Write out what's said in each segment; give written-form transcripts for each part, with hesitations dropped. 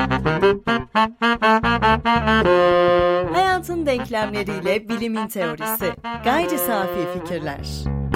Hayatın denklemleriyle bilimin teorisi. Gayri safi fikirler.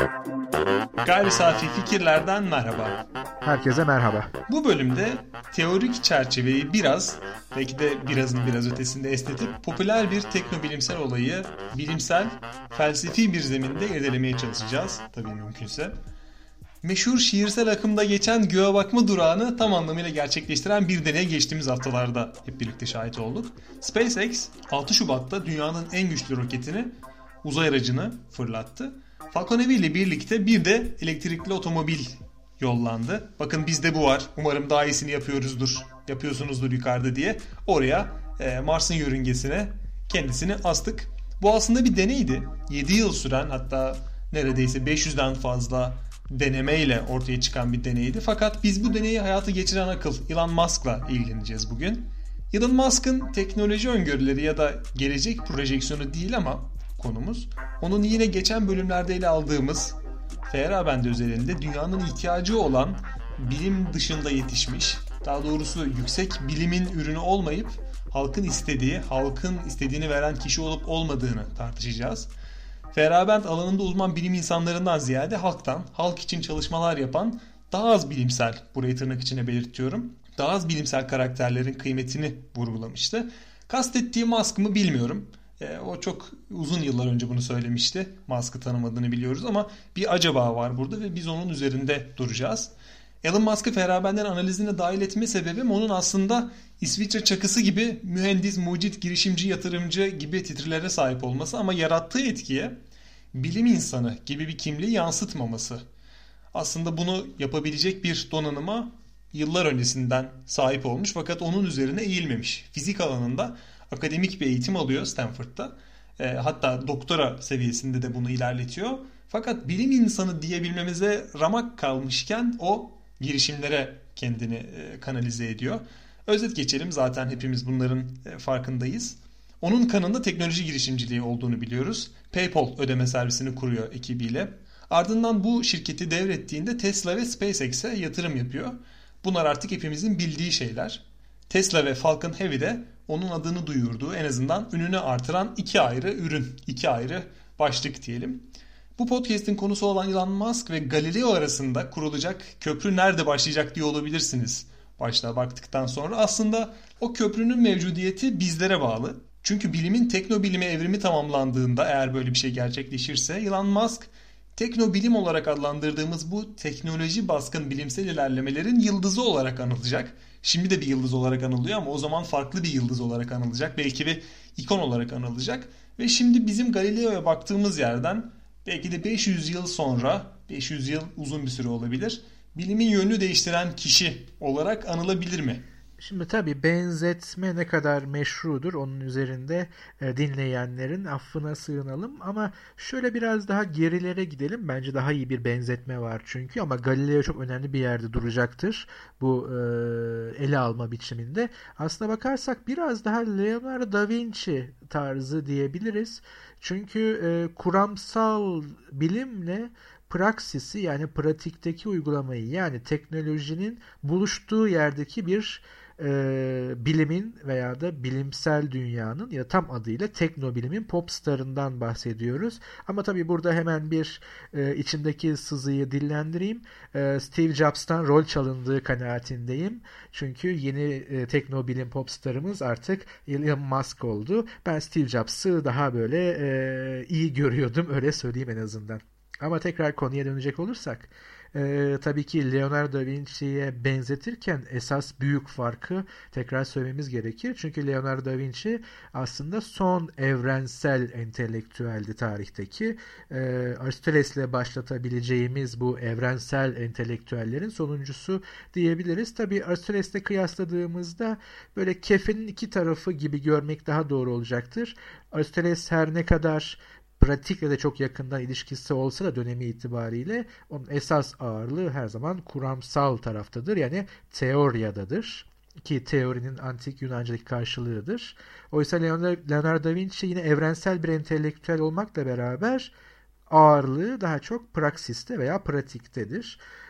Gayri safi fikirlerden merhaba. Herkese merhaba. Bu bölümde teorik çerçeveyi belki de birazın biraz ötesinde esnetip popüler bir teknobilimsel olayı bilimsel, felsefi bir zeminde irdelemeye çalışacağız. Tabii mümkünse. Meşhur şiirsel akımda geçen göğe bakma durağını tam anlamıyla gerçekleştiren bir deneye geçtiğimiz haftalarda hep birlikte şahit olduk. SpaceX 6 Şubat'ta dünyanın en güçlü roketini, uzay aracını fırlattı. Falcon Heavy ile birlikte bir de elektrikli otomobil yollandı. Bakın bizde bu var. Umarım daha iyisini yapıyorsunuzdur yukarıda diye. Oraya Mars'ın yörüngesine kendisini astık. Bu aslında bir deneydi. 7 yıl süren, hatta neredeyse 500'den fazla denemeyle ortaya çıkan bir deneydi. Fakat biz bu deneyi hayata geçiren akıl Elon Musk'la ilgileneceğiz bugün. Elon Musk'ın teknoloji öngörüleri ya da gelecek projeksiyonu değil ama konumuz. Onun yine geçen bölümlerde ele aldığımız Feyerabend özelinde dünyanın ihtiyacı olan bilim dışında yetişmiş, daha doğrusu yüksek bilimin ürünü olmayıp halkın istediğini veren kişi olup olmadığını tartışacağız. Feyerabend alanında uzman bilim insanlarından ziyade halk için çalışmalar yapan daha az bilimsel, burayı tırnak içine belirtiyorum, daha az bilimsel karakterlerin kıymetini vurgulamıştı. Kastettiği Musk mı bilmiyorum. O çok uzun yıllar önce bunu söylemişti. Musk'ı tanımadığını biliyoruz ama bir acaba var burada ve biz onun üzerinde duracağız. Elon Musk'ı Feyerabend'in analizine dahil etme sebebim onun aslında İsviçre çakısı gibi mühendis, mucit, girişimci, yatırımcı gibi titrilere sahip olması ama yarattığı etkiye bilim insanı gibi bir kimliği yansıtmaması. Aslında bunu yapabilecek bir donanıma yıllar öncesinden sahip olmuş fakat onun üzerine eğilmemiş. Fizik alanında akademik bir eğitim alıyor Stanford'da. Hatta doktora seviyesinde de bunu ilerletiyor. Fakat bilim insanı diyebilmemize ramak kalmışken o girişimlere kendini kanalize ediyor. Özet geçelim, zaten hepimiz bunların farkındayız. Onun kanında teknoloji girişimciliği olduğunu biliyoruz. PayPal ödeme servisini kuruyor ekibiyle. Ardından bu şirketi devrettiğinde Tesla ve SpaceX'e yatırım yapıyor. Bunlar artık hepimizin bildiği şeyler. Tesla ve Falcon Heavy'de onun adını duyurduğu, en azından ününü artıran iki ayrı ürün, iki ayrı başlık diyelim. Bu podcast'in konusu olan Elon Musk ve Galileo arasında kurulacak köprü nerede başlayacak diye olabilirsiniz başlığa baktıktan sonra. Aslında o köprünün mevcudiyeti bizlere bağlı. Çünkü bilimin teknobilime evrimi tamamlandığında, eğer böyle bir şey gerçekleşirse, Elon Musk teknobilim olarak adlandırdığımız bu teknoloji baskın bilimsel ilerlemelerin yıldızı olarak anılacak. Şimdi de bir yıldız olarak anılıyor ama o zaman farklı bir yıldız olarak anılacak. Belki bir ikon olarak anılacak. Ve şimdi bizim Galileo'ya baktığımız yerden belki de 500 yıl sonra, 500 yıl uzun bir süre olabilir, bilimin yönünü değiştiren kişi olarak anılabilir mi? Şimdi tabii benzetme ne kadar meşrudur onun üzerinde dinleyenlerin affına sığınalım ama şöyle biraz daha gerilere gidelim. Bence daha iyi bir benzetme var çünkü, ama Galileo çok önemli bir yerde duracaktır bu ele alma biçiminde. Aslına bakarsak biraz daha Leonardo da Vinci tarzı diyebiliriz. Çünkü kuramsal bilimle praksisi, yani pratikteki uygulamayı, yani teknolojinin buluştuğu yerdeki bir bilimin veya da bilimsel dünyanın, ya tam adıyla teknobilimin popstarından bahsediyoruz. Ama tabii burada hemen bir içindeki sızıyı dillendireyim. Steve Jobs'tan rol çalındığı kanaatindeyim. Çünkü yeni teknobilim popstarımız artık Elon Musk oldu. Ben Steve Jobs'ı daha böyle iyi görüyordum, öyle söyleyeyim en azından. Ama tekrar konuya dönecek olursak, tabii ki Leonardo da Vinci'ye benzetirken esas büyük farkı tekrar söylememiz gerekir. Çünkü Leonardo da Vinci aslında son evrensel entelektüeldi tarihteki. Aristoteles'le başlatabileceğimiz bu evrensel entelektüellerin sonuncusu diyebiliriz. Tabii Aristoteles'le kıyasladığımızda böyle kefenin iki tarafı gibi görmek daha doğru olacaktır. Aristoteles her ne kadar pratikle de çok yakından ilişkisi olsa da dönemi itibariyle onun esas ağırlığı her zaman kuramsal taraftadır. Yani teoryadadır. Ki teorinin antik Yunanca'daki karşılığıdır. Oysa Leonardo da Vinci yine evrensel bir entelektüel olmakla beraber ağırlığı daha çok praksiste veya pratiktedir.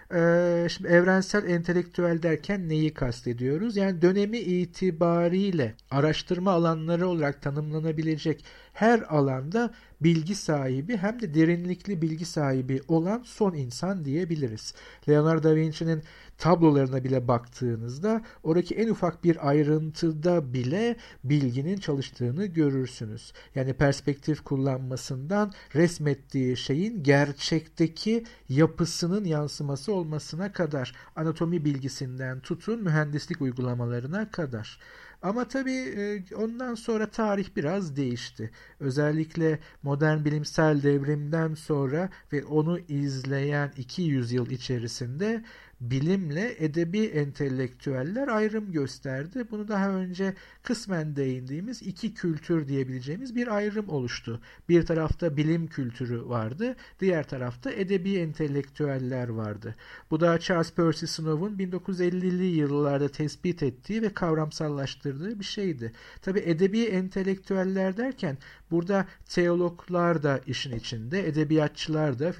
Şimdi evrensel entelektüel derken neyi kastediyoruz? Yani dönemi itibariyle araştırma alanları olarak tanımlanabilecek her alanda bilgi sahibi hem de derinlikli bilgi sahibi olan son insan diyebiliriz. Leonardo da Vinci'nin tablolarına bile baktığınızda oradaki en ufak bir ayrıntıda bile bilginin çalıştığını görürsünüz. Yani perspektif kullanmasından resmettiği şeyin gerçekteki yapısının yansıması olmasına kadar, anatomi bilgisinden tutun mühendislik uygulamalarına kadar. Ama tabii ondan sonra tarih biraz değişti. Özellikle modern bilimsel devrimden sonra ve onu izleyen 200 yıl içerisinde bilimle edebi entelektüeller ayrım gösterdi. Bunu daha önce kısmen değindiğimiz iki kültür diyebileceğimiz bir ayrım oluştu. Bir tarafta bilim kültürü vardı, diğer tarafta edebi entelektüeller vardı. Bu da Charles Percy Snow'un 1950'li yıllarda tespit ettiği ve kavramsallaştırdığı bir şeydi. Tabii edebi entelektüeller derken burada teologlar da işin içinde, edebiyatçılar da,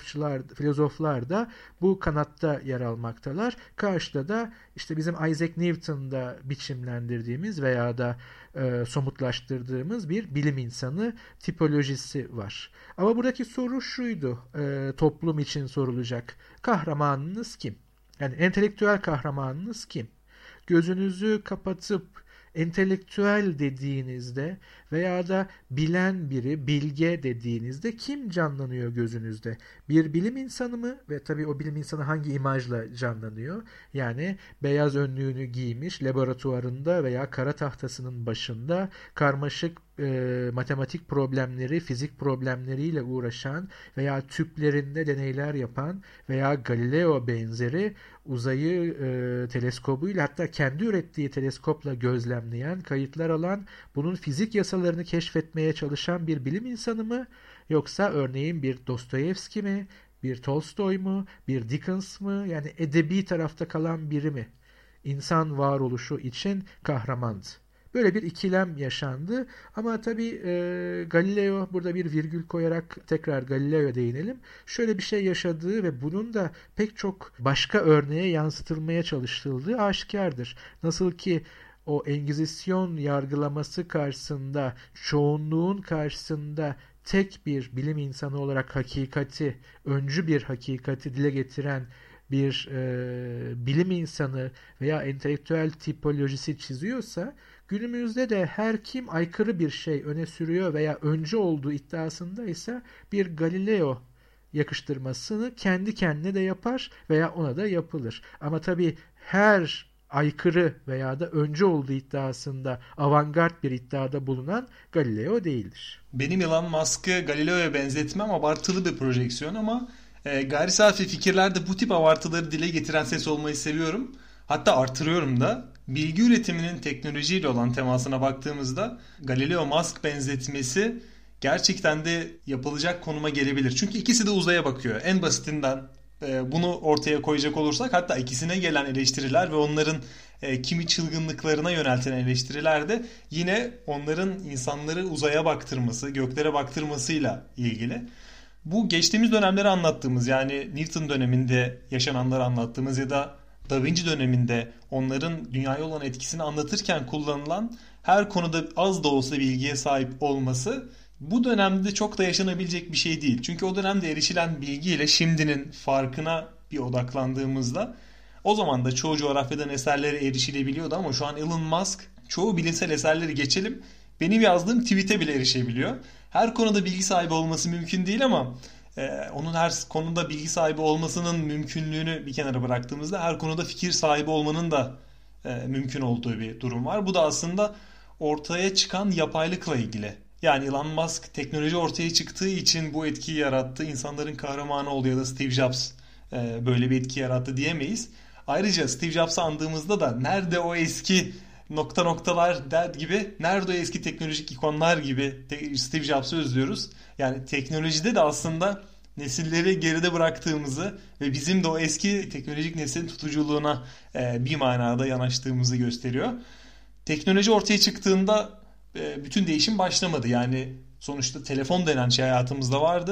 filozoflar da bu kanatta yer almaktalar. Karşıda da işte bizim Isaac Newton'da biçimlendirdiğimiz veya da somutlaştırdığımız bir bilim insanı tipolojisi var. Ama buradaki soru şuydu, toplum için sorulacak. Kahramanınız kim? Yani entelektüel kahramanınız kim? Gözünüzü kapatıp entelektüel dediğinizde veya da bilen biri, bilge dediğinizde kim canlanıyor gözünüzde? Bir bilim insanı mı? Ve tabii o bilim insanı hangi imajla canlanıyor? Yani beyaz önlüğünü giymiş, laboratuvarında veya kara tahtasının başında karmaşık matematik problemleri, fizik problemleriyle uğraşan veya tüplerinde deneyler yapan veya Galileo benzeri uzayı teleskobuyla, hatta kendi ürettiği teleskopla gözlemleyen, kayıtlar alan, bunun fizik yasalarını keşfetmeye çalışan bir bilim insanı mı? Yoksa örneğin bir Dostoyevski mi? Bir Tolstoy mu? Bir Dickens mı? Yani edebi tarafta kalan biri mi? İnsan varoluşu için kahramandı. Böyle bir ikilem yaşandı ama tabii Galileo, burada bir virgül koyarak tekrar Galileo'ya değinelim. Şöyle bir şey yaşadığı ve bunun da pek çok başka örneğe yansıtılmaya çalışıldığı aşikardır. Nasıl ki o Engizisyon yargılaması karşısında, çoğunluğun karşısında tek bir bilim insanı olarak hakikati, öncü bir hakikati dile getiren bir bilim insanı veya entelektüel tipolojisi çiziyorsa, günümüzde de her kim aykırı bir şey öne sürüyor veya öncü olduğu iddiasındaysa bir Galileo yakıştırmasını kendi kendine de yapar veya ona da yapılır. Ama tabii her aykırı veya da öncü olduğu iddiasında avantgard bir iddiada bulunan Galileo değildir. Benim Elon Musk'ı Galileo'ya benzetmem abartılı bir projeksiyon ama gayri safi fikirlerde bu tip abartıları dile getiren ses olmayı seviyorum. Hatta artırıyorum da. Bilgi üretiminin teknolojiyle olan temasına baktığımızda Galileo Musk benzetmesi gerçekten de yapılacak konuma gelebilir. Çünkü ikisi de uzaya bakıyor. En basitinden bunu ortaya koyacak olursak, hatta ikisine gelen eleştiriler ve onların kimi çılgınlıklarına yönelten eleştiriler de yine onların insanları uzaya baktırması, göklere baktırmasıyla ilgili. Bu geçtiğimiz dönemleri anlattığımız, yani Newton döneminde yaşananları anlattığımız ya da Da Vinci döneminde onların dünyaya olan etkisini anlatırken kullanılan her konuda az da olsa bilgiye sahip olması bu dönemde çok da yaşanabilecek bir şey değil. Çünkü o dönemde erişilen bilgiyle şimdinin farkına bir odaklandığımızda, o zaman da çoğu coğrafyadan eserlere erişilebiliyordu ama şu an Elon Musk çoğu bilimsel eserleri geçelim, benim yazdığım tweet'e bile erişebiliyor. Her konuda bilgi sahibi olması mümkün değil ama onun her konuda bilgi sahibi olmasının mümkünlüğünü bir kenara bıraktığımızda her konuda fikir sahibi olmanın da mümkün olduğu bir durum var. Bu da aslında ortaya çıkan yapaylıkla ilgili. Yani Elon Musk teknoloji ortaya çıktığı için bu etkiyi yarattı, İnsanların kahramanı oldu ya da Steve Jobs böyle bir etki yarattı diyemeyiz. Ayrıca Steve Jobs'ı andığımızda da nerede o eski noktalar der gibi, nerede o eski teknolojik ikonlar gibi Steve Jobs'ı özlüyoruz. Yani teknolojide de aslında nesilleri geride bıraktığımızı ve bizim de o eski teknolojik neslin tutuculuğuna bir manada yanaştığımızı gösteriyor. Teknoloji ortaya çıktığında bütün değişim başlamadı. Yani sonuçta telefon denen şey hayatımızda vardı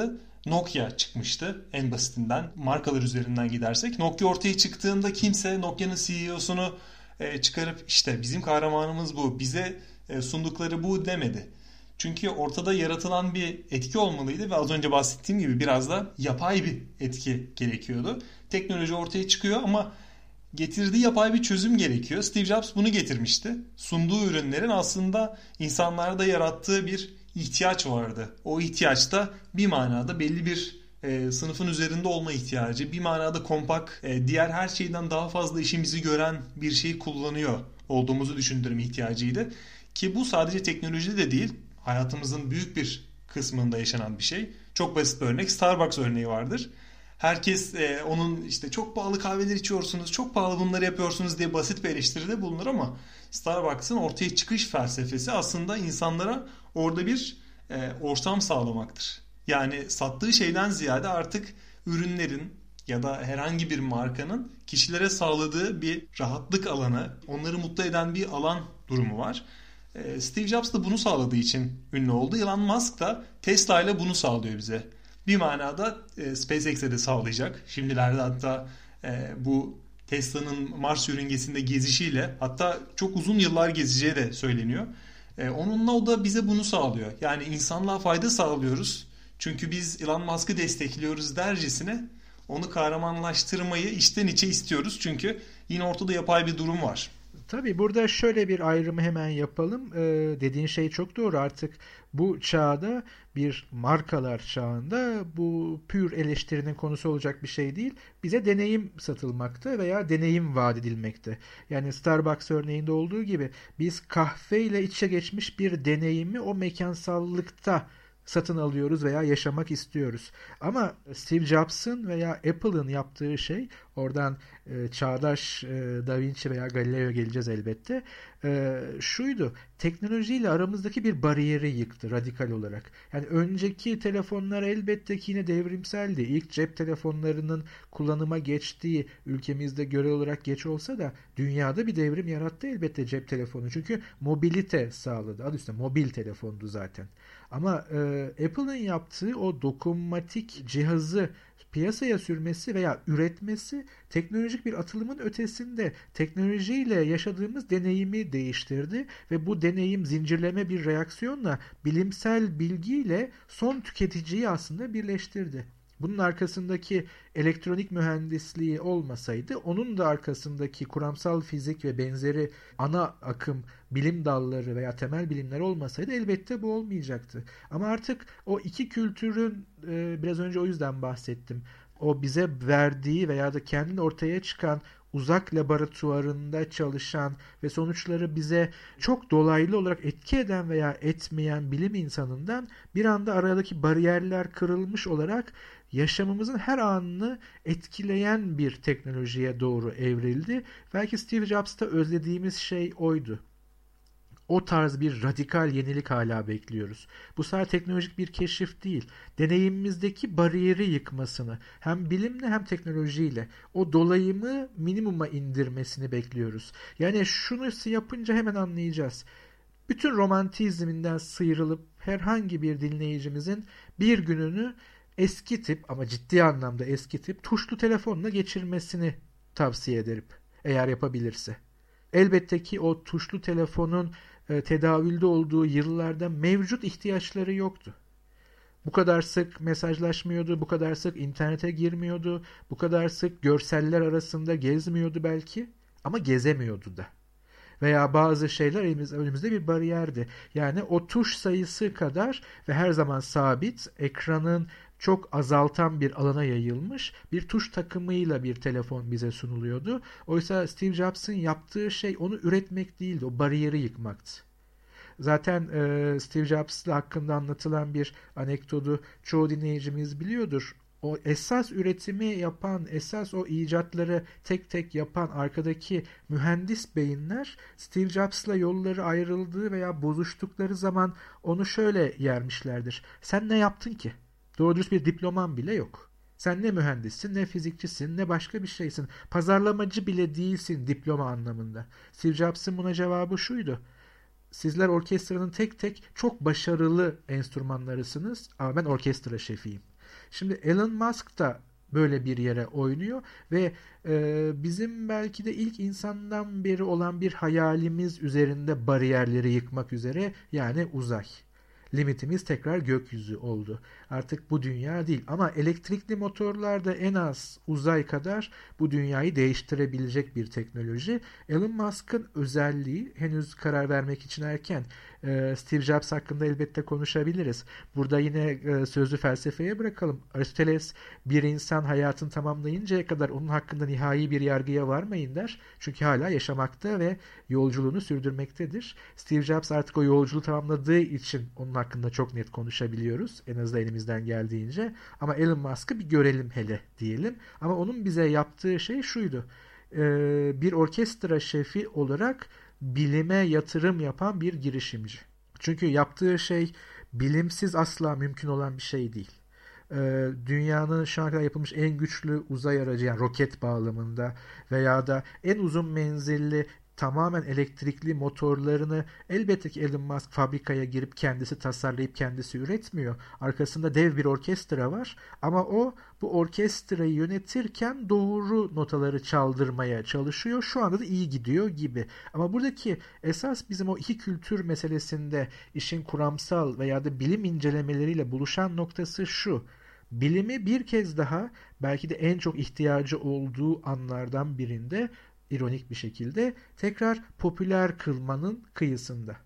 Nokia çıkmıştı en basitinden. Markalar üzerinden gidersek. Nokia ortaya çıktığında kimse Nokia'nın CEO'sunu çıkarıp işte bizim kahramanımız bu, bize sundukları bu demedi. Çünkü ortada yaratılan bir etki olmalıydı ve az önce bahsettiğim gibi biraz da yapay bir etki gerekiyordu. Teknoloji ortaya çıkıyor ama getirdiği yapay bir çözüm gerekiyor. Steve Jobs bunu getirmişti. Sunduğu ürünlerin aslında insanlarda yarattığı bir ihtiyaç vardı. O ihtiyaç da bir manada belli bir sınıfın üzerinde olma ihtiyacı, bir manada kompakt, diğer her şeyden daha fazla işimizi gören bir şeyi kullanıyor olduğumuzu düşündürme ihtiyacıydı. Ki bu sadece teknolojide de değil, hayatımızın büyük bir kısmında yaşanan bir şey. Çok basit bir örnek, Starbucks örneği vardır. Herkes onun işte çok pahalı kahveler içiyorsunuz, çok pahalı bunları yapıyorsunuz diye basit bir eleştiride bulunur ama Starbucks'ın ortaya çıkış felsefesi aslında insanlara orada bir ortam sağlamaktır. Yani sattığı şeyden ziyade artık ürünlerin ya da herhangi bir markanın kişilere sağladığı bir rahatlık alanı, onları mutlu eden bir alan durumu var. Steve Jobs da bunu sağladığı için ünlü oldu. Elon Musk da Tesla ile bunu sağlıyor bize. Bir manada SpaceX'e de sağlayacak. Şimdilerde hatta bu Tesla'nın Mars yörüngesinde gezişiyle hatta çok uzun yıllar gezeceği de söyleniyor. Onunla o da bize bunu sağlıyor. Yani insanlığa fayda sağlıyoruz. Çünkü biz Elon Musk'ı destekliyoruz dercesine onu kahramanlaştırmayı içten içe istiyoruz. Çünkü yine ortada yapay bir durum var. Tabii burada şöyle bir ayrımı hemen yapalım. Dediğin şey çok doğru. Artık bu çağda bir markalar çağında bu pür eleştirinin konusu olacak bir şey değil. Bize deneyim satılmakta veya deneyim vaat edilmekte. Yani Starbucks örneğinde olduğu gibi biz kahveyle içe geçmiş bir deneyimi o mekansallıkta satın alıyoruz veya yaşamak istiyoruz. Ama Steve Jobs'ın veya Apple'ın yaptığı şey, oradan çağdaş Da Vinci veya Galileo geleceğiz elbette, şuydu: teknolojiyle aramızdaki bir bariyeri yıktı radikal olarak. Yani önceki telefonlar elbette ki yine devrimseldi. İlk cep telefonlarının kullanıma geçtiği ülkemizde göre olarak geç olsa da dünyada bir devrim yarattı elbette cep telefonu. Çünkü mobilite sağladı. Adı üstünde mobil telefondu zaten. Ama Apple'ın yaptığı o dokunmatik cihazı piyasaya sürmesi veya üretmesi teknolojik bir atılımın ötesinde teknolojiyle yaşadığımız deneyimi değiştirdi ve bu deneyim zincirleme bir reaksiyonla bilimsel bilgiyle son tüketiciyi aslında birleştirdi. Bunun arkasındaki elektronik mühendisliği olmasaydı, onun da arkasındaki kuramsal fizik ve benzeri ana akım bilim dalları veya temel bilimler olmasaydı elbette bu olmayacaktı. Ama artık o iki kültürün, biraz önce o yüzden bahsettim, o bize verdiği veya da kendini ortaya çıkan uzak laboratuvarında çalışan ve sonuçları bize çok dolaylı olarak etki eden veya etmeyen bilim insanından bir anda aradaki bariyerler kırılmış olarak yaşamımızın her anını etkileyen bir teknolojiye doğru evrildi. Belki Steve Jobs'ta özlediğimiz şey oydu. O tarz bir radikal yenilik hala bekliyoruz. Bu sadece teknolojik bir keşif değil, deneyimimizdeki bariyeri yıkmasını, hem bilimle hem teknolojiyle o dolayımı minimuma indirmesini bekliyoruz. Yani şunu yapınca hemen anlayacağız. Bütün romantizminden sıyrılıp herhangi bir dinleyicimizin bir gününü eski tip, ama ciddi anlamda eski tip, tuşlu telefonla geçirmesini tavsiye ederim eğer yapabilirse. Elbette ki o tuşlu telefonun tedavülde olduğu yıllarda mevcut ihtiyaçları yoktu. Bu kadar sık mesajlaşmıyordu, bu kadar sık internete girmiyordu, bu kadar sık görseller arasında gezmiyordu belki, ama gezemiyordu da. Veya bazı şeyler önümüzde bir bariyerdi. Yani o tuş sayısı kadar ve her zaman sabit, ekranın çok azaltan bir alana yayılmış bir tuş takımıyla bir telefon bize sunuluyordu. Oysa Steve Jobs'ın yaptığı şey onu üretmek değildi, o bariyeri yıkmaktı. Zaten Steve Jobs hakkında anlatılan bir anekdotu çoğu dinleyicimiz biliyordur. O esas üretimi yapan, esas o icatları tek tek yapan arkadaki mühendis beyinler Steve Jobs'la yolları ayrıldığı veya bozuştukları zaman onu şöyle yermişlerdir: sen ne yaptın ki? Doğru dürüst bir diploman bile yok. Sen ne mühendissin, ne fizikçisin, ne başka bir şeysin. Pazarlamacı bile değilsin diploma anlamında. Steve Jobs'ın buna cevabı şuydu: sizler orkestranın tek tek çok başarılı enstrümanlarısınız ama ben orkestra şefiyim. Şimdi Elon Musk da böyle bir yere oynuyor ve bizim belki de ilk insandan beri olan bir hayalimiz üzerinde bariyerleri yıkmak üzere, yani uzay. Limitimiz tekrar gökyüzü oldu. Artık bu dünya değil ama elektrikli motorlar da en az uzay kadar bu dünyayı değiştirebilecek bir teknoloji. Elon Musk'ın özelliği, henüz karar vermek için erken. Steve Jobs hakkında elbette konuşabiliriz. Burada yine sözü felsefeye bırakalım. Aristoteles, bir insan hayatını tamamlayıncaya kadar onun hakkında nihai bir yargıya varmayın der. Çünkü hala yaşamakta ve yolculuğunu sürdürmektedir. Steve Jobs artık o yolculuğu tamamladığı için onun hakkında çok net konuşabiliyoruz. En azından elimizden geldiğince. Ama Elon Musk'ı bir görelim hele diyelim. Ama onun bize yaptığı şey şuydu. Bir orkestra şefi olarak bilime yatırım yapan bir girişimci. Çünkü yaptığı şey bilimsiz asla mümkün olan bir şey değil. Dünyanın şu ana kadar yapılmış en güçlü uzay aracı, yani roket bağlamında veya da en uzun menzilli tamamen elektrikli motorlarını elbette ki Elon Musk fabrikaya girip kendisi tasarlayıp kendisi üretmiyor. Arkasında dev bir orkestra var ama o bu orkestrayı yönetirken doğru notaları çaldırmaya çalışıyor. Şu anda da iyi gidiyor gibi. Ama buradaki esas bizim o iki kültür meselesinde işin kuramsal veya da bilim incelemeleriyle buluşan noktası şu. Bilimi bir kez daha belki de en çok ihtiyacı olduğu anlardan birinde ironik bir şekilde tekrar popüler kılmanın kıyısında.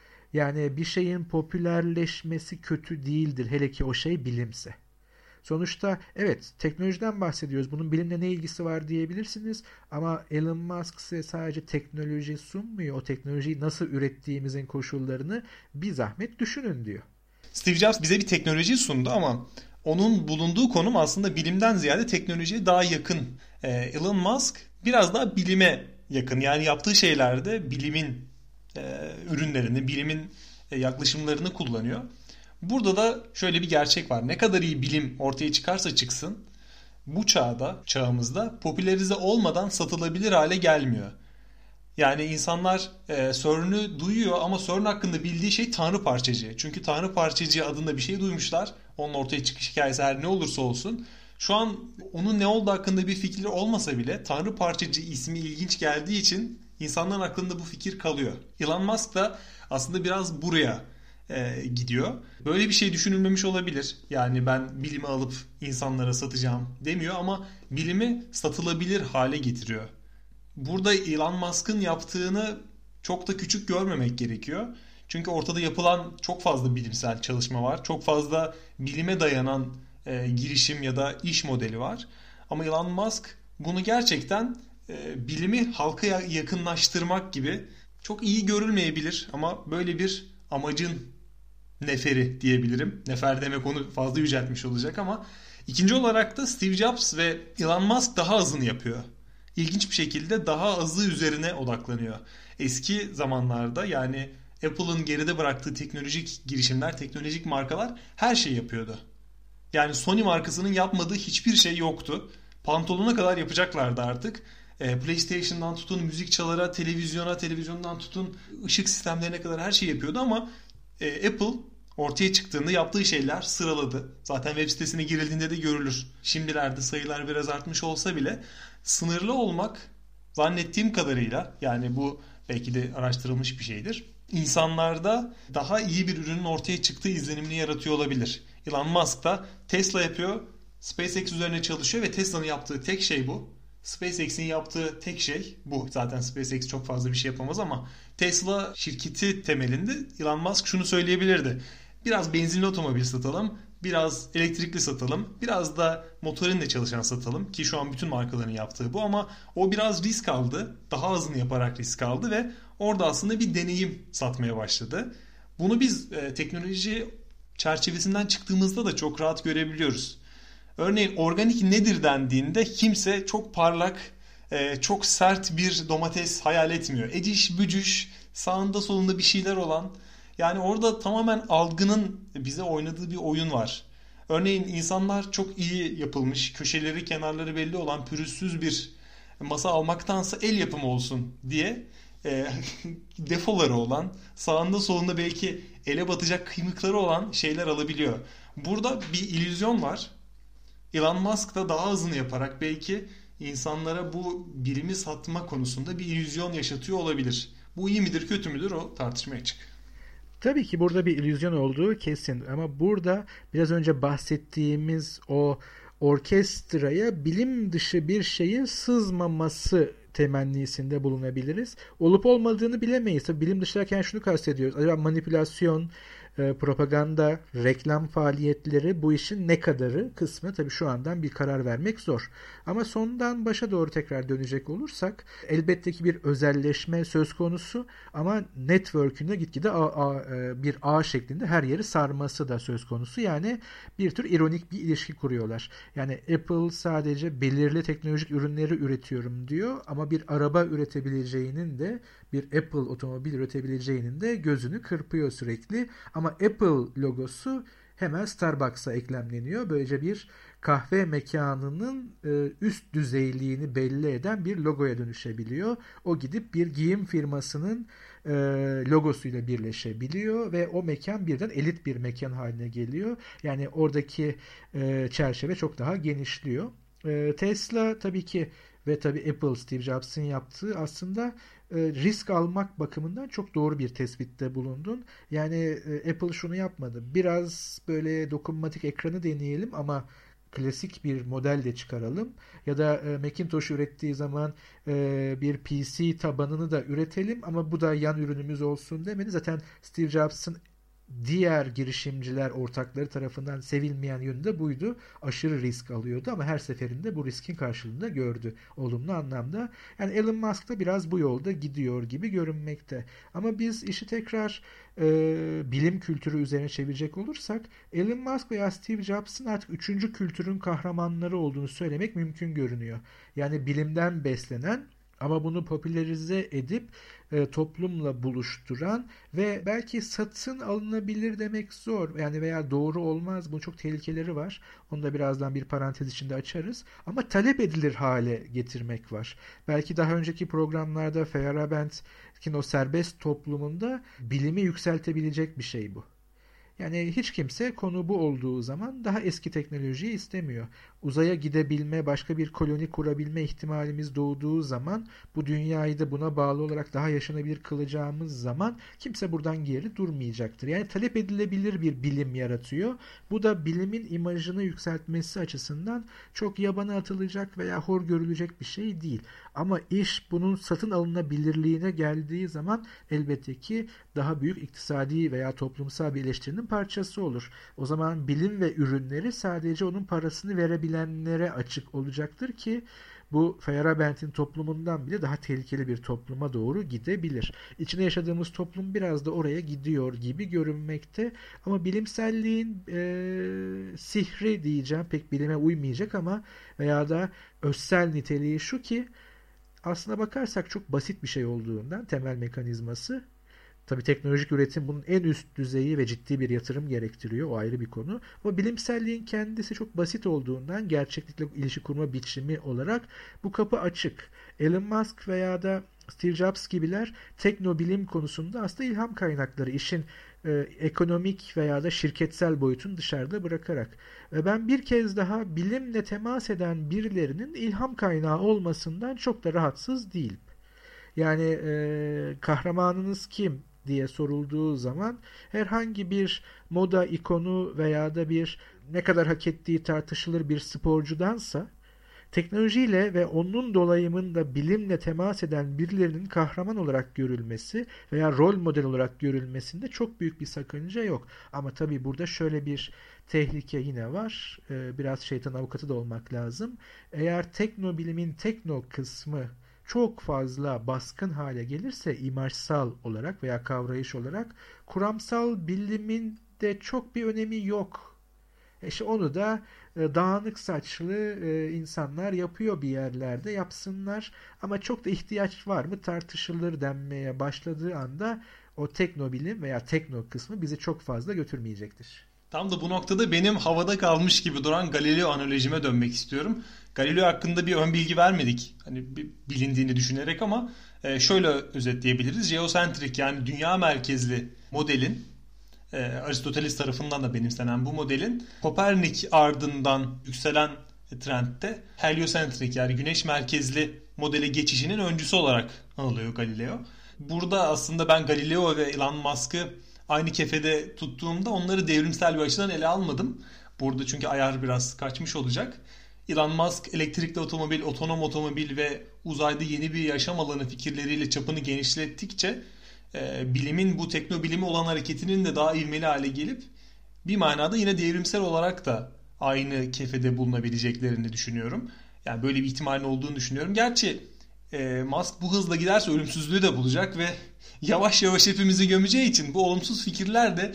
Yani bir şeyin popülerleşmesi kötü değildir, hele ki o şey bilimse. Sonuçta evet, teknolojiden bahsediyoruz. Bunun bilimle ne ilgisi var diyebilirsiniz ama Elon Musk size sadece teknoloji sunmuyor. O teknolojiyi nasıl ürettiğimizin koşullarını bir zahmet düşünün diyor. Steve Jobs bize bir teknoloji sundu ama onun bulunduğu konum aslında bilimden ziyade teknolojiye daha yakın. Elon Musk biraz daha bilime yakın. Yani yaptığı şeylerde bilimin ürünlerini, bilimin yaklaşımlarını kullanıyor. Burada da şöyle bir gerçek var. Ne kadar iyi bilim ortaya çıkarsa çıksın, bu çağımızda popülerize olmadan satılabilir hale gelmiyor. Yani insanlar CERN'ü duyuyor ama CERN hakkında bildiği şey Tanrı Parçacığı. Çünkü Tanrı Parçacığı adında bir şey duymuşlar. Onun ortaya çıkış hikayesi her ne olursa olsun. Şu an onun ne olduğu hakkında bir fikri olmasa bile Tanrı Parçacığı ismi ilginç geldiği için insanların aklında bu fikir kalıyor. Elon Musk da aslında biraz buraya gidiyor. Böyle bir şey düşünülmemiş olabilir. Yani ben bilimi alıp insanlara satacağım demiyor ama bilimi satılabilir hale getiriyor. Burada Elon Musk'ın yaptığını çok da küçük görmemek gerekiyor. Çünkü ortada yapılan çok fazla bilimsel çalışma var. Çok fazla bilime dayanan girişim ya da iş modeli var. Ama Elon Musk bunu gerçekten bilimi halka yakınlaştırmak gibi çok iyi görülmeyebilir. Ama böyle bir amacın neferi diyebilirim. Nefer demek onu fazla yüceltmiş olacak ama ikinci olarak da Steve Jobs ve Elon Musk daha azını yapıyor. İlginç bir şekilde daha azı üzerine odaklanıyor. Eski zamanlarda, yani Apple'ın geride bıraktığı teknolojik girişimler, teknolojik markalar her şeyi yapıyordu. Yani Sony markasının yapmadığı hiçbir şey yoktu. Pantolona kadar yapacaklardı artık. PlayStation'dan tutun müzik çalara, televizyondan tutun ışık sistemlerine kadar her şeyi yapıyordu ama Apple ortaya çıktığında yaptığı şeyler sıraladı. Zaten web sitesine girildiğinde de görülür. Şimdilerde sayılar biraz artmış olsa bile sınırlı olmak zannettiğim kadarıyla, yani bu belki de araştırılmış bir şeydir, İnsanlarda daha iyi bir ürünün ortaya çıktığı izlenimini yaratıyor olabilir. Elon Musk da Tesla yapıyor, SpaceX üzerine çalışıyor ve Tesla'nın yaptığı tek şey bu. SpaceX'in yaptığı tek şey bu. Zaten SpaceX çok fazla bir şey yapamaz ama Tesla şirketi temelinde Elon Musk şunu söyleyebilirdi. Biraz benzinli otomobil satalım, biraz elektrikli satalım, biraz da motorunla çalışan satalım ki şu an bütün markaların yaptığı bu, ama o biraz risk aldı. Daha azını yaparak risk aldı ve orada aslında bir deneyim satmaya başladı. Bunu biz teknoloji çerçevesinden çıktığımızda da çok rahat görebiliyoruz. Örneğin organik nedir dendiğinde kimse çok parlak, çok sert bir domates hayal etmiyor. Eciş bücüş, sağında solunda bir şeyler olan, yani orada tamamen algının bize oynadığı bir oyun var. Örneğin insanlar çok iyi yapılmış, köşeleri kenarları belli olan pürüzsüz bir masa almaktansa el yapımı olsun diye defoları olan, sağında solunda belki ele batacak kıymıkları olan şeyler alabiliyor. Burada bir illüzyon var. Elon Musk da daha hızını yaparak belki insanlara bu bilimi satma konusunda bir illüzyon yaşatıyor olabilir. Bu iyi midir kötü müdür o tartışmaya açık. Tabii ki burada bir illüzyon olduğu kesin ama burada biraz önce bahsettiğimiz o orkestraya bilim dışı bir şeyin sızmaması temennisinde bulunabiliriz. Olup olmadığını bilemeyiz. Tabii bilim dışı derken şunu kastediyoruz. Acaba manipülasyon, propaganda, reklam faaliyetleri bu işin ne kadarı kısmı tabii şu andan bir karar vermek zor. Ama sondan başa doğru tekrar dönecek olursak elbette ki bir özelleşme söz konusu ama network'ünde gitgide bir ağ şeklinde her yeri sarması da söz konusu. Yani bir tür ironik bir ilişki kuruyorlar. Yani Apple sadece belirli teknolojik ürünleri üretiyorum diyor ama bir araba üretebileceğinin de bir Apple otomobil üretebileceğinin de gözünü kırpıyor sürekli. Ama Apple logosu hemen Starbucks'a eklemleniyor. Böylece bir kahve mekanının üst düzeyliğini belli eden bir logoya dönüşebiliyor. O gidip bir giyim firmasının logosuyla birleşebiliyor ve o mekan birden elit bir mekan haline geliyor. Yani oradaki çerçeve çok daha genişliyor. Tesla tabii ki ve tabii Apple, Steve Jobs'ın yaptığı aslında risk almak bakımından çok doğru bir tespitte bulundun. Yani Apple şunu yapmadı. Biraz böyle dokunmatik ekranı deneyelim ama klasik bir model de çıkaralım. Ya da Macintosh ürettiği zaman bir PC tabanını da üretelim ama bu da yan ürünümüz olsun demedi. Zaten Steve Jobs'ın diğer girişimciler ortakları tarafından sevilmeyen yönü de buydu. Aşırı risk alıyordu ama her seferinde bu riskin karşılığını da gördü olumlu anlamda. Yani Elon Musk da biraz bu yolda gidiyor gibi görünmekte. Ama biz işi tekrar bilim kültürü üzerine çevirecek olursak Elon Musk veya Steve Jobs'ın artık üçüncü kültürün kahramanları olduğunu söylemek mümkün görünüyor. Yani bilimden beslenen ama bunu popülerize edip toplumla buluşturan ve belki satın alınabilir demek zor. Yani veya doğru olmaz. Bunun çok tehlikeleri var. Onu da birazdan bir parantez içinde açarız. Ama talep edilir hale getirmek var. Belki daha önceki programlarda Feyerabend'in o serbest toplumunda bilimi yükseltebilecek bir şey bu. Yani hiç kimse konu bu olduğu zaman daha eski teknolojiyi istemiyor. Uzaya gidebilme, başka bir koloni kurabilme ihtimalimiz doğduğu zaman bu dünyayı da buna bağlı olarak daha yaşanabilir kılacağımız zaman kimse buradan geri durmayacaktır. Yani talep edilebilir bir bilim yaratıyor. Bu da bilimin imajını yükseltmesi açısından çok yabana atılacak veya hor görülecek bir şey değil. Ama iş bunun satın alınabilirliğine geldiği zaman elbette ki daha büyük iktisadi veya toplumsal bir eleştirinin parçası olur. O zaman bilim ve ürünleri sadece onun parasını verebilenlere açık olacaktır ki bu Feyerabend'in toplumundan bile daha tehlikeli bir topluma doğru gidebilir. İçinde yaşadığımız toplum biraz da oraya gidiyor gibi görünmekte. Ama bilimselliğin sihri diyeceğim pek bilime uymayacak ama veya da özsel niteliği şu ki aslına bakarsak çok basit bir şey olduğundan temel mekanizması. Tabii teknolojik üretim bunun en üst düzeyi ve ciddi bir yatırım gerektiriyor. O ayrı bir konu. Ama bilimselliğin kendisi çok basit olduğundan gerçeklikle ilişki kurma biçimi olarak bu kapı açık. Elon Musk veya da Steve Jobs gibiler teknobilim konusunda aslında ilham kaynakları işin ekonomik veya da şirketsel boyutunu dışarıda bırakarak. Ve ben bir kez daha bilimle temas eden birilerinin ilham kaynağı olmasından çok da rahatsız değilim. Yani kahramanınız kim diye sorulduğu zaman herhangi bir moda ikonu veya da bir ne kadar hak ettiği tartışılır bir sporcudansa teknolojiyle ve onun dolayımında bilimle temas eden birilerinin kahraman olarak görülmesi veya rol model olarak görülmesinde çok büyük bir sakınca yok. Ama tabii burada şöyle bir tehlike yine var. Biraz şeytan avukatı da olmak lazım. Eğer teknobilimin tekno kısmı çok fazla baskın hale gelirse imajsal olarak veya kavrayış olarak kuramsal bilimin de çok bir önemi yok. İşte onu da dağınık saçlı insanlar yapıyor bir yerlerde yapsınlar ama çok da ihtiyaç var mı tartışılır denmeye başladığı anda o teknobilim veya tekno kısmı bizi çok fazla götürmeyecektir. Tam da bu noktada benim havada kalmış gibi duran Galileo analojime dönmek istiyorum. Galileo hakkında bir ön bilgi vermedik. Hani bilindiğini düşünerek ama şöyle özetleyebiliriz. Geosentrik yani dünya merkezli modelin Aristoteles tarafından da benimsenen bu modelin Kopernik ardından yükselen trendde heliosentrik yani güneş merkezli modele geçişinin öncüsü olarak anılıyor Galileo. Burada aslında ben Galileo ve Elon Musk'ı aynı kefede tuttuğumda onları devrimsel bir açıdan ele almadım. Burada çünkü ayar biraz kaçmış olacak. Elon Musk elektrikli otomobil, otonom otomobil ve uzayda yeni bir yaşam alanı fikirleriyle çapını genişlettikçe bilimin bu teknobilimi olan hareketinin de daha ivmeli hale gelip bir manada yine devrimsel olarak da aynı kefede bulunabileceklerini düşünüyorum. Yani böyle bir ihtimalin olduğunu düşünüyorum. Gerçi Musk bu hızla giderse ölümsüzlüğü de bulacak ve yavaş yavaş hepimizi gömeceği için bu olumsuz fikirler de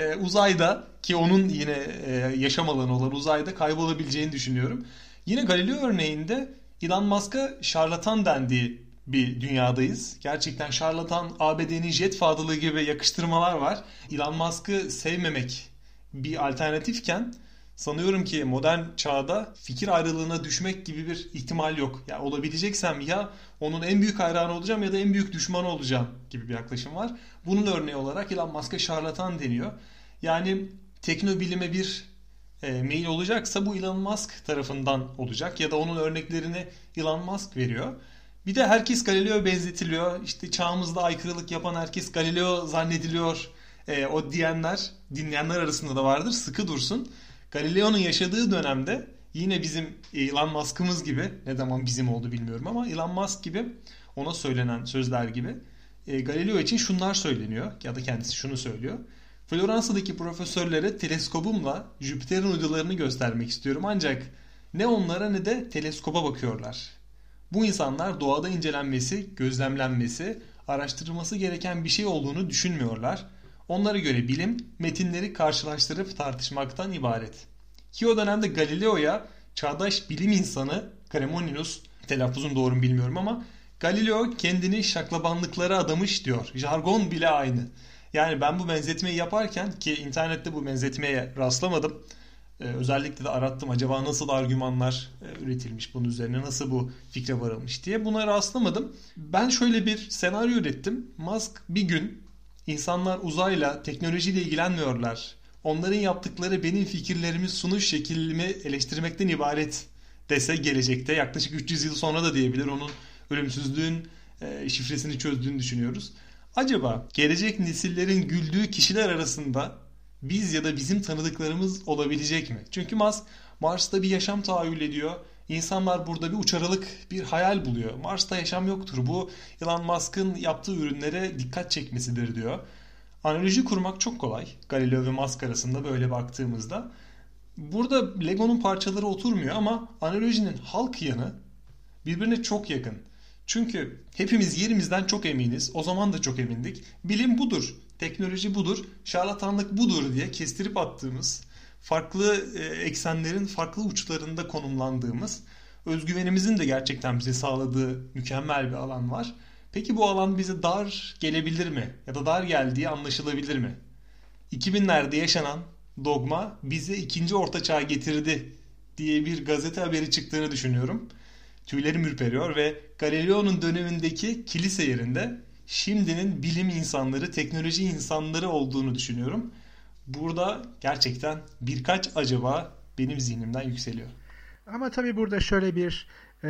uzayda ki onun yine yaşam alanı olan uzayda kaybolabileceğini düşünüyorum. Yine Galileo örneğinde Elon Musk'a şarlatan dendiği bir dünyadayız. Gerçekten şarlatan, ABD'nin jet fadılığı gibi yakıştırmalar var. Elon Musk'ı sevmemek bir alternatifken sanıyorum ki modern çağda fikir ayrılığına düşmek gibi bir ihtimal yok. Yani olabileceksem ya onun en büyük hayranı olacağım ya da en büyük düşmanı olacağım gibi bir yaklaşım var. Bunun örneği olarak Elon Musk'a şarlatan deniyor. Yani teknobilime bir mail olacaksa bu Elon Musk tarafından olacak ya da onun örneklerini Elon Musk veriyor. Bir de herkes Galileo benzetiliyor. İşte çağımızda aykırılık yapan herkes Galileo zannediliyor. O diyenler, dinleyenler arasında da vardır. Sıkı dursun. Galileo'nun yaşadığı dönemde yine bizim Elon Musk'ımız gibi, ne zaman bizim oldu bilmiyorum ama Elon Musk gibi ona söylenen sözler gibi Galileo için şunlar söyleniyor ya da kendisi şunu söylüyor. Floransa'daki profesörlere teleskobumla Jüpiter'in uydularını göstermek istiyorum ancak ne onlara ne de teleskoba bakıyorlar. Bu insanlar doğada incelenmesi, gözlemlenmesi, araştırılması gereken bir şey olduğunu düşünmüyorlar. Onlara göre bilim, metinleri karşılaştırıp tartışmaktan ibaret. Ki o dönemde Galileo'ya çağdaş bilim insanı Cremoninius, telaffuzum doğru mu bilmiyorum ama Galileo kendini şaklabanlıklara adamış diyor. Jargon bile aynı. Yani ben bu benzetmeyi yaparken ki internette bu benzetmeye rastlamadım. Özellikle de arattım acaba nasıl argümanlar üretilmiş bunun üzerine, nasıl bu fikre varılmış diye. Buna rastlamadım. Ben şöyle bir senaryo ürettim. Musk bir gün insanlar uzayla, teknolojiyle ilgilenmiyorlar. Onların yaptıkları benim fikirlerimi, sunuş şeklimi eleştirmekten ibaret dese gelecekte. Yaklaşık 300 yıl sonra da diyebilir. Onun ölümsüzlüğün şifresini çözdüğünü düşünüyoruz. Acaba gelecek nesillerin güldüğü kişiler arasında biz ya da bizim tanıdıklarımız olabilecek mi? Çünkü Musk Mars'ta bir yaşam tahayyül ediyor. İnsanlar burada bir uçaralık, bir hayal buluyor. Mars'ta yaşam yoktur. Bu Elon Musk'ın yaptığı ürünlere dikkat çekmesidir diyor. Analoji kurmak çok kolay. Galileo ve Musk arasında böyle baktığımızda. Burada Lego'nun parçaları oturmuyor ama analojinin halk yanı birbirine çok yakın. Çünkü hepimiz yerimizden çok eminiz. O zaman da çok emindik. Bilim budur, teknoloji budur, şarlatanlık budur diye kestirip attığımız, farklı eksenlerin farklı uçlarında konumlandığımız, özgüvenimizin de gerçekten bize sağladığı mükemmel bir alan var. Peki bu alan bize dar gelebilir mi? Ya da dar geldiği anlaşılabilir mi? 2000'lerde yaşanan dogma bize ikinci ortaçağ getirdi diye bir gazete haberi çıktığını düşünüyorum. Tüylerim ürperiyor ve Galileo'nun dönemindeki kilise yerinde şimdinin bilim insanları, teknoloji insanları olduğunu düşünüyorum. Burada gerçekten birkaç acaba benim zihnimden yükseliyor. Ama tabii burada şöyle bir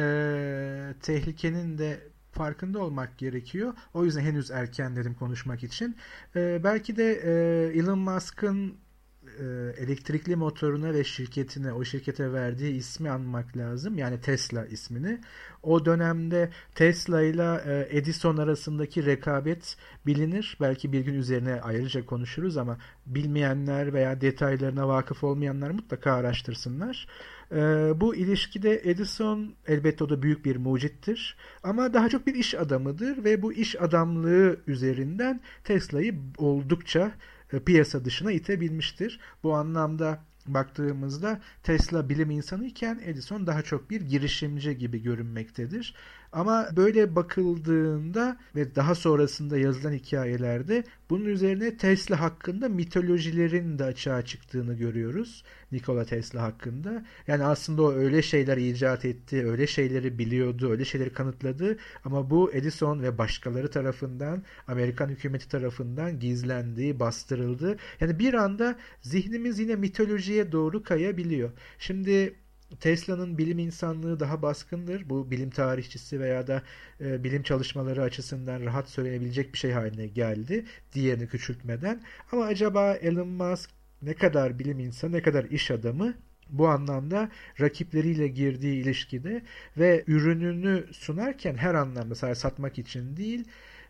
tehlikenin de farkında olmak gerekiyor. O yüzden henüz erken dedim konuşmak için. Belki de Elon Musk'ın elektrikli motoruna ve şirketine, o şirkete verdiği ismi anmak lazım. Yani Tesla ismini. O dönemde Tesla ile Edison arasındaki rekabet bilinir. Belki bir gün üzerine ayrıca konuşuruz ama bilmeyenler veya detaylarına vakıf olmayanlar mutlaka araştırsınlar. Bu ilişkide Edison elbette o da büyük bir mucittir ama daha çok bir iş adamıdır ve bu iş adamlığı üzerinden Tesla'yı oldukça piyasa dışına itebilmiştir. Bu anlamda baktığımızda Tesla bilim insanı iken Edison daha çok bir girişimci gibi görünmektedir. Ama böyle bakıldığında ve daha sonrasında yazılan hikayelerde bunun üzerine Tesla hakkında mitolojilerin de açığa çıktığını görüyoruz. Nikola Tesla hakkında. Yani aslında o öyle şeyler icat etti, öyle şeyleri biliyordu, öyle şeyleri kanıtladı ama bu Edison ve başkaları tarafından, Amerikan hükümeti tarafından gizlendi, bastırıldı. Yani bir anda zihnimiz yine mitolojiye doğru kayabiliyor. Şimdi Tesla'nın bilim insanlığı daha baskındır. Bu bilim tarihçisi veya da bilim çalışmaları açısından rahat söylenebilecek bir şey haline geldi. Diğerini küçültmeden. Ama acaba Elon Musk ne kadar bilim insanı, ne kadar iş adamı bu anlamda rakipleriyle girdiği ilişkide ve ürününü sunarken her anlamda sadece satmak için değil,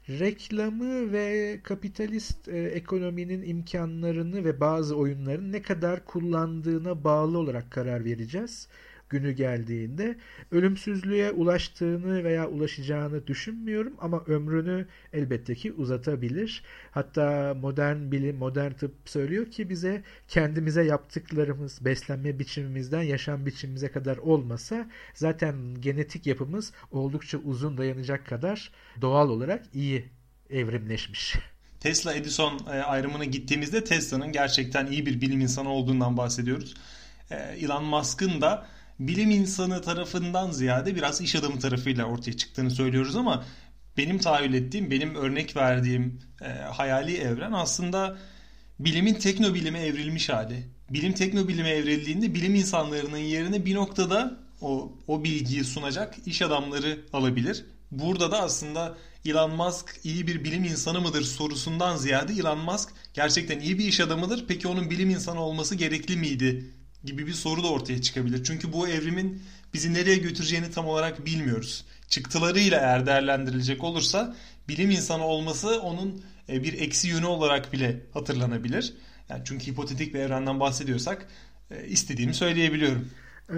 reklamı ve kapitalist ekonominin imkanlarını ve bazı oyunların ne kadar kullandığına bağlı olarak karar vereceğiz. Günü geldiğinde ölümsüzlüğe ulaştığını veya ulaşacağını düşünmüyorum ama ömrünü elbette ki uzatabilir. Hatta modern bilim, modern tıp söylüyor ki bize kendimize yaptıklarımız beslenme biçimimizden yaşam biçimimize kadar olmasa zaten genetik yapımız oldukça uzun dayanacak kadar doğal olarak iyi evrimleşmiş. Tesla Edison ayrımına gittiğimizde Tesla'nın gerçekten iyi bir bilim insanı olduğundan bahsediyoruz. Elon Musk'ın da bilim insanı tarafından ziyade biraz iş adamı tarafıyla ortaya çıktığını söylüyoruz ama benim tahayyül ettiğim, benim örnek verdiğim hayali evren aslında bilimin teknobilime evrilmiş hali. Bilim teknobilime evrildiğinde bilim insanlarının yerine bir noktada o bilgiyi sunacak iş adamları alabilir. Burada da aslında Elon Musk iyi bir bilim insanı mıdır sorusundan ziyade Elon Musk gerçekten iyi bir iş adamıdır. Peki onun bilim insanı olması gerekli miydi gibi bir soru da ortaya çıkabilir. Çünkü bu evrimin bizi nereye götüreceğini tam olarak bilmiyoruz. Çıktılarıyla eğer değerlendirilecek olursa bilim insanı olması onun bir eksi yönü olarak bile hatırlanabilir. Yani çünkü hipotetik bir evrenden bahsediyorsak istediğimi söyleyebiliyorum.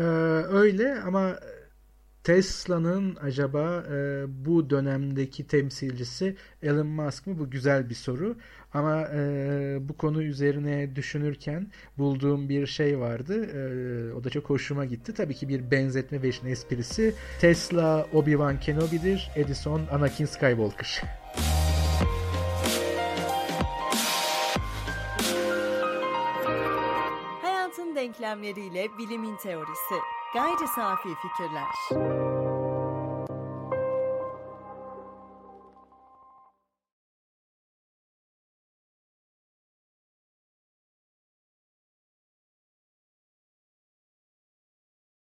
Öyle ama Tesla'nın acaba bu dönemdeki temsilcisi Elon Musk mı? Bu güzel bir soru. Ama bu konu üzerine düşünürken bulduğum bir şey vardı. O da çok hoşuma gitti. Tabii ki bir benzetme ve işin esprisi. Tesla Obi-Wan Kenobi'dir. Edison Anakin Skywalker. Hayatın denklemleriyle bilimin teorisi. Gayri safi fikirler.